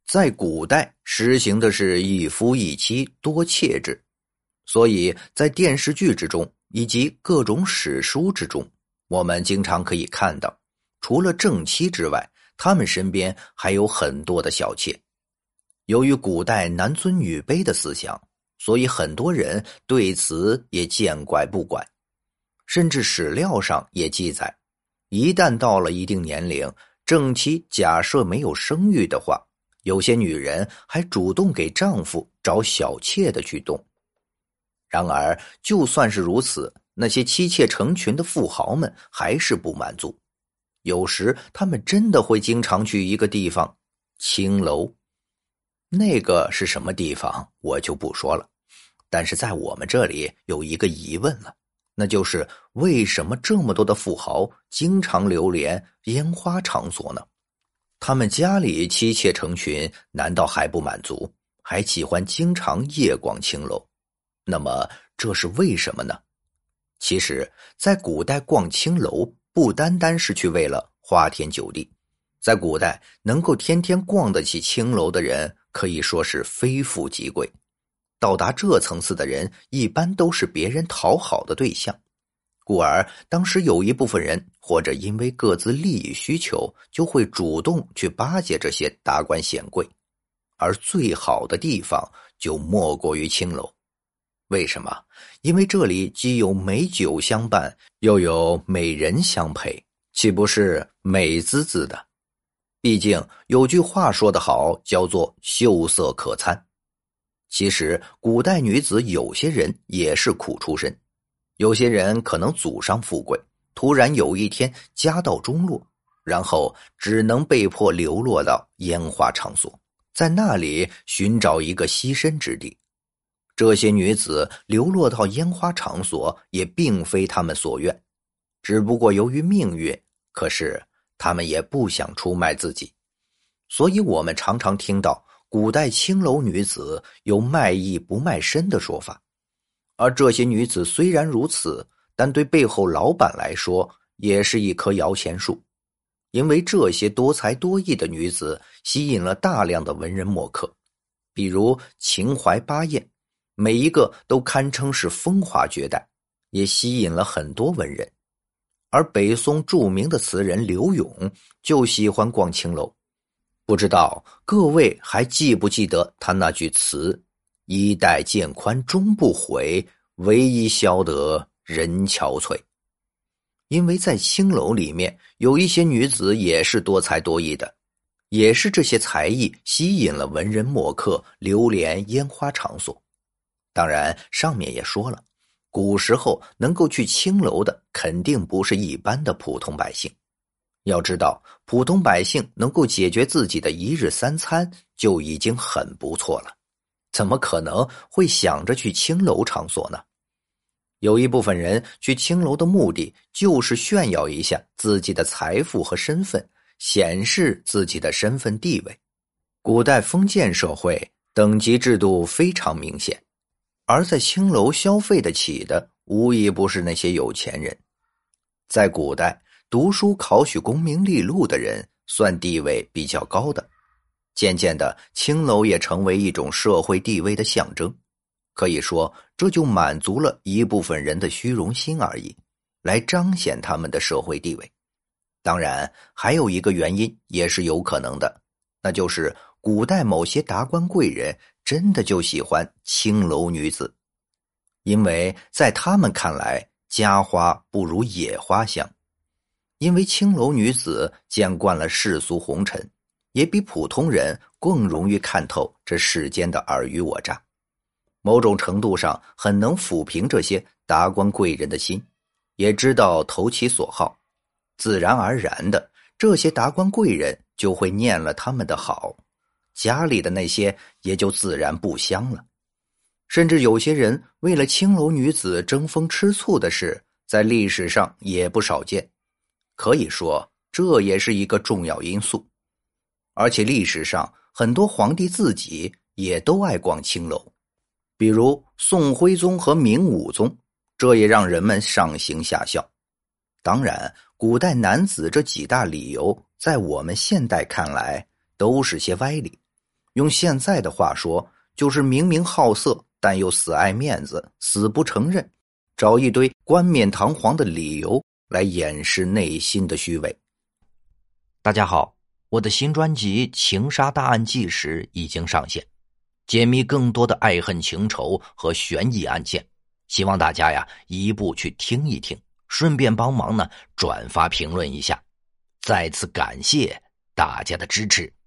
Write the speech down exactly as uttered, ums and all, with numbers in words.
在古代实行的是一夫一妻多妾制，所以在电视剧之中以及各种史书之中，我们经常可以看到，除了正妻之外，他们身边还有很多的小妾。由于古代男尊女卑的思想，所以很多人对此也见怪不怪。甚至史料上也记载，一旦到了一定年龄，正妻假设没有生育的话，有些女人还主动给丈夫找小妾的举动。然而就算是如此，那些妻妾成群的富豪们还是不满足，有时他们真的会经常去一个地方，青楼。那个是什么地方我就不说了，但是在我们这里有一个疑问了，那就是为什么这么多的富豪经常流连烟花场所呢？他们家里妻妾成群，难道还不满足，还喜欢经常夜逛青楼？那么这是为什么呢？其实在古代逛青楼不单单是去为了花天酒地，在古代能够天天逛得起青楼的人可以说是非富即贵，到达这层次的人一般都是别人讨好的对象，故而当时有一部分人或者因为各自利益需求，就会主动去巴结这些达官显贵，而最好的地方就莫过于青楼。为什么？因为这里既有美酒相伴，又有美人相陪，岂不是美滋滋的？毕竟有句话说得好，叫做秀色可餐。其实古代女子有些人也是苦出身，有些人可能祖上富贵，突然有一天家道中落，然后只能被迫流落到烟花场所，在那里寻找一个栖身之地。这些女子流落到烟花场所也并非她们所愿，只不过由于命运，可是她们也不想出卖自己。所以我们常常听到古代青楼女子有卖艺不卖身的说法。而这些女子虽然如此，但对背后老板来说也是一棵摇钱树，因为这些多才多艺的女子吸引了大量的文人墨客，比如秦淮八艳，每一个都堪称是风华绝代，也吸引了很多文人。而北宋著名的词人柳永就喜欢逛青楼，不知道各位还记不记得他那句词：衣带渐宽终不悔，唯一消得人憔悴。因为在青楼里面有一些女子也是多才多艺的，也是这些才艺吸引了文人墨客流连烟花场所。当然上面也说了，古时候能够去青楼的肯定不是一般的普通百姓。要知道普通百姓能够解决自己的一日三餐就已经很不错了，怎么可能会想着去青楼场所呢？有一部分人去青楼的目的就是炫耀一下自己的财富和身份，显示自己的身份地位。古代封建社会等级制度非常明显，而在青楼消费得起的无疑不是那些有钱人。在古代读书考取功名利禄的人算地位比较高的，渐渐的青楼也成为一种社会地位的象征，可以说这就满足了一部分人的虚荣心而已，来彰显他们的社会地位。当然还有一个原因也是有可能的，那就是古代某些达官贵人真的就喜欢青楼女子，因为在他们看来家花不如野花香。因为青楼女子见惯了世俗红尘，也比普通人更容易看透这世间的尔虞我诈，某种程度上很能抚平这些达官贵人的心，也知道投其所好，自然而然的这些达官贵人就会念了他们的好，家里的那些也就自然不香了。甚至有些人为了青楼女子争风吃醋的事，在历史上也不少见，可以说这也是一个重要因素。而且历史上很多皇帝自己也都爱逛青楼，比如宋徽宗和明武宗，这也让人们上行下效。当然古代男子这几大理由在我们现代看来都是些歪理， 用现在的话说，就是明明好色，但又死爱面子，死不承认，找一堆冠冕堂皇的理由来掩饰内心的虚伪。大家好，我的新专辑《情杀大案纪实》已经上线，解密更多的爱恨情仇和悬疑案件，希望大家呀一步去听一听，顺便帮忙呢转发评论一下。再次感谢大家的支持。